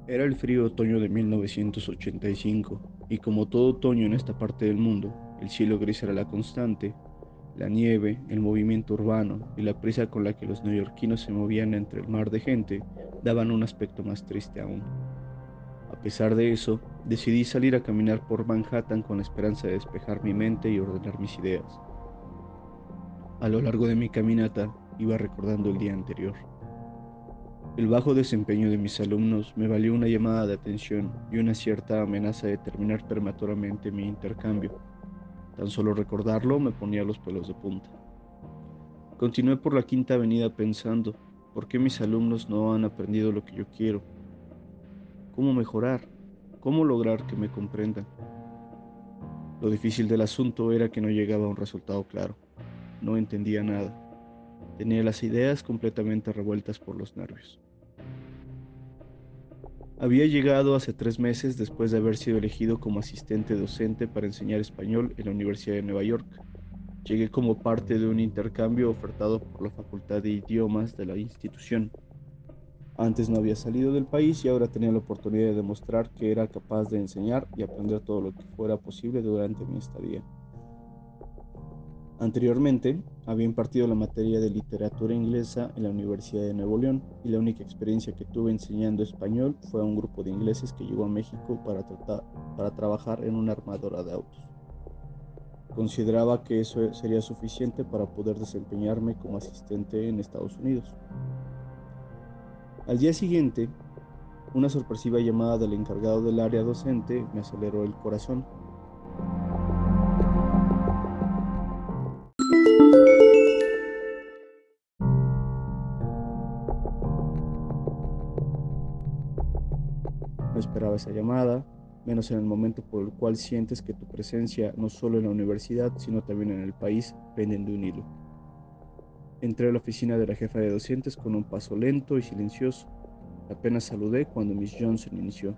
Era el frío otoño de 1985, y como todo otoño en esta parte del mundo, el cielo gris era la constante, la nieve, el movimiento urbano y la prisa con la que los neoyorquinos se movían entre el mar de gente daban un aspecto más triste aún. A pesar de eso, decidí salir a caminar por Manhattan con la esperanza de despejar mi mente y ordenar mis ideas. A lo largo de mi caminata, iba recordando el día anterior. El bajo desempeño de mis alumnos me valió una llamada de atención y una cierta amenaza de terminar prematuramente mi intercambio. Tan solo recordarlo me ponía los pelos de punta. Continué por la Quinta Avenida pensando, ¿por qué mis alumnos no han aprendido lo que yo quiero? ¿Cómo mejorar? ¿Cómo lograr que me comprendan? Lo difícil del asunto era que no llegaba a un resultado claro. No entendía nada. Tenía las ideas completamente revueltas por los nervios. Había llegado hace 3 meses después de haber sido elegido como asistente docente para enseñar español en la Universidad de Nueva York. Llegué como parte de un intercambio ofertado por la Facultad de Idiomas de la institución. Antes no había salido del país y ahora tenía la oportunidad de demostrar que era capaz de enseñar y aprender todo lo que fuera posible durante mi estadía. Anteriormente, había impartido la materia de literatura inglesa en la Universidad de Nuevo León y la única experiencia que tuve enseñando español fue a un grupo de ingleses que llegó a México para trabajar en una armadora de autos. Consideraba que eso sería suficiente para poder desempeñarme como asistente en Estados Unidos. Al día siguiente, una sorpresiva llamada del encargado del área docente me aceleró el corazón. No esperaba esa llamada, menos en el momento por el cual sientes que tu presencia, no solo en la universidad, sino también en el país, penden de un hilo. Entré a la oficina de la jefa de docentes con un paso lento y silencioso. Apenas saludé cuando Miss Johnson inició.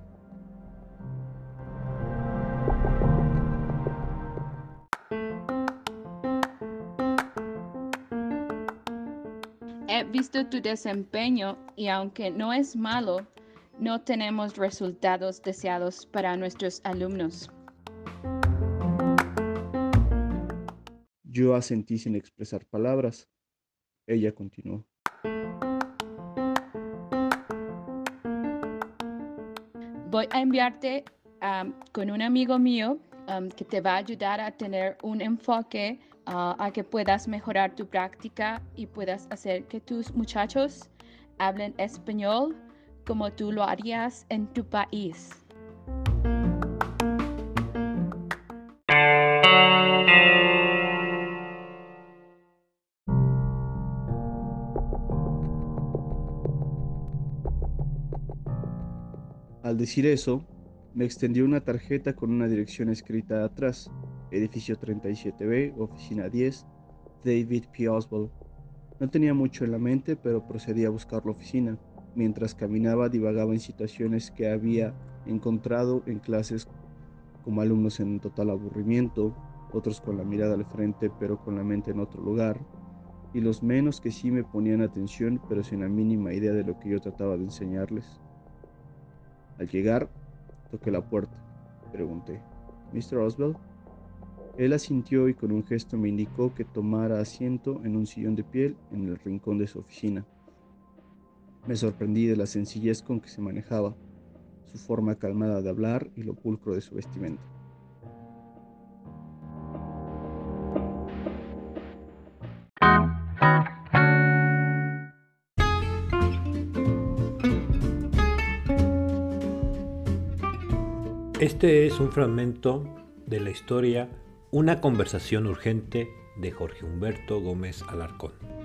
He visto tu desempeño y aunque no es malo, no tenemos resultados deseados para nuestros alumnos. Yo asentí sin expresar palabras. Ella continuó. Voy a enviarte con un amigo mío que te va a ayudar a tener un enfoque a que puedas mejorar tu práctica y puedas hacer que tus muchachos hablen español como tú lo harías en tu país. Al decir eso, me extendió una tarjeta con una dirección escrita atrás: edificio 37B, oficina 10, David P. Oswald. No tenía mucho en la mente, pero procedí a buscar la oficina. Mientras caminaba, divagaba en situaciones que había encontrado en clases, como alumnos en total aburrimiento, otros con la mirada al frente pero con la mente en otro lugar, y los menos que sí me ponían atención pero sin la mínima idea de lo que yo trataba de enseñarles. Al llegar, toqué la puerta. Pregunté: ¿Mr. Oswald? Él asintió y con un gesto me indicó que tomara asiento en un sillón de piel en el rincón de su oficina. Me sorprendí de la sencillez con que se manejaba, su forma calmada de hablar y lo pulcro de su vestimenta. Este es un fragmento de la historia Una conversación urgente de Jorge Humberto Gómez Alarcón.